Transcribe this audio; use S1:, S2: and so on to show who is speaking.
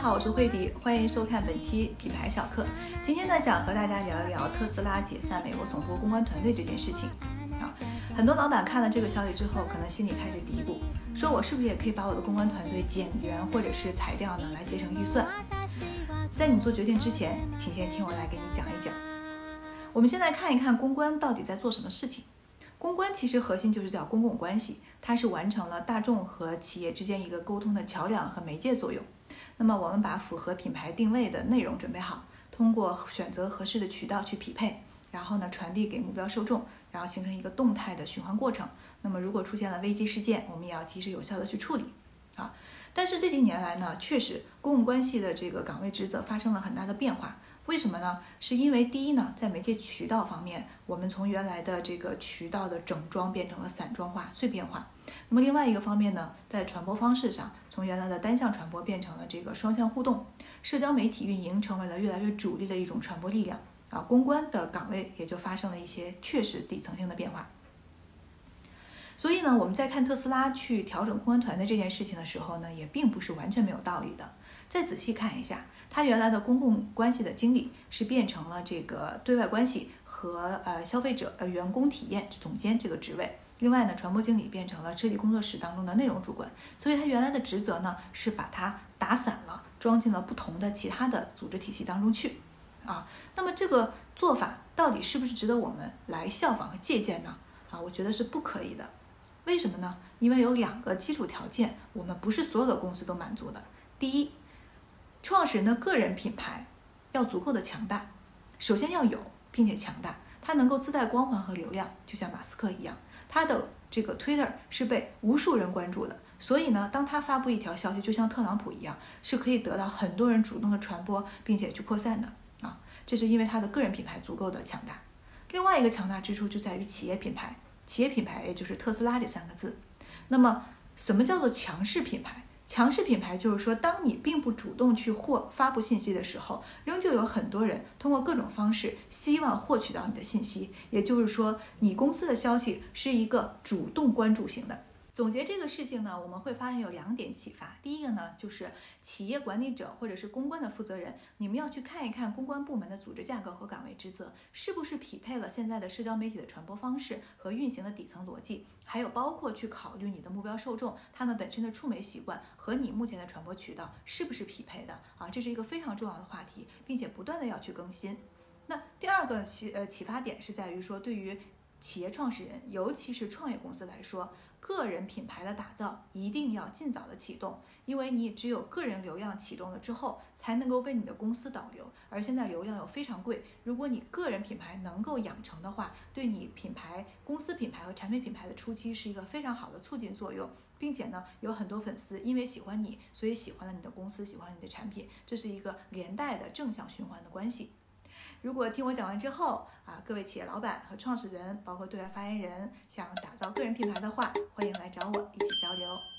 S1: 好，我是慧迪，欢迎收看本期品牌小课。今天呢，想和大家聊一聊特斯拉解散美国总部公关团队这件事情。很多老板看了这个消息之后，可能心里开始嘀咕，说我是不是也可以把我的公关团队减员或者是裁掉呢，来节省预算？在你做决定之前，请先听我来给你讲一讲。我们先来看一看公关到底在做什么事情。公关其实核心就是叫公共关系，它是完成了大众和企业之间一个沟通的桥梁和媒介作用。那么我们把符合品牌定位的内容准备好，通过选择合适的渠道去匹配，然后呢传递给目标受众，然后形成一个动态的循环过程。那么如果出现了危机事件，我们也要及时有效的去处理啊。但是这几年来呢，确实公共关系的这个岗位职责发生了很大的变化。为什么呢？是因为第一呢，在媒介渠道方面，我们从原来的这个渠道的整装变成了散装化、碎片化。那么另外一个方面呢，在传播方式上，从原来的单向传播变成了这个双向互动，社交媒体运营成为了越来越主力的一种传播力量啊。公关的岗位也就发生了一些确实底层性的变化。所以呢，我们在看特斯拉去调整公关团队这件事情的时候呢，也并不是完全没有道理的。再仔细看一下，他原来的公共关系的经理是变成了这个对外关系和消费者员工体验总监这个职位。另外呢，传播经理变成了设计工作室当中的内容主管。所以他原来的职责呢，是把它打散了，装进了不同的其他的组织体系当中去啊。那么这个做法到底是不是值得我们来效仿和借鉴呢？我觉得是不可以的。为什么呢？因为有两个基础条件，我们不是所有的公司都满足的。第一，创始人的个人品牌要足够的强大，首先要有，并且强大，它能够自带光环和流量，就像马斯克一样，他的这个 Twitter 是被无数人关注的，所以呢，当他发布一条消息，就像特朗普一样，是可以得到很多人主动的传播，并且去扩散的啊。这是因为他的个人品牌足够的强大。另外一个强大之处就在于企业品牌，企业品牌也就是特斯拉这三个字。那么什么叫做强势品牌？强势品牌就是说，当你并不主动去发布信息的时候，仍旧有很多人通过各种方式希望获取到你的信息，也就是说，你公司的消息是一个主动关注型的。总结这个事情呢，我们会发现有两点启发。第一个呢，就是企业管理者或者是公关的负责人，你们要去看一看公关部门的组织架构和岗位职责是不是匹配了现在的社交媒体的传播方式和运行的底层逻辑，还有包括去考虑你的目标受众，他们本身的触媒习惯和你目前的传播渠道是不是匹配的啊？这是一个非常重要的话题，并且不断的要去更新。那第二个启发点是在于说，对于企业创始人，尤其是创业公司来说，个人品牌的打造一定要尽早的启动，因为你只有个人流量启动了之后，才能够为你的公司导流，而现在流量又非常贵，如果你个人品牌能够养成的话，对你品牌、公司品牌和产品品牌的初期是一个非常好的促进作用，并且呢，有很多粉丝因为喜欢你，所以喜欢了你的公司，喜欢了你的产品，这是一个连带的正向循环的关系。如果听我讲完之后各位企业老板和创始人，包括对外发言人，想打造个人品牌的话，欢迎来找我一起交流。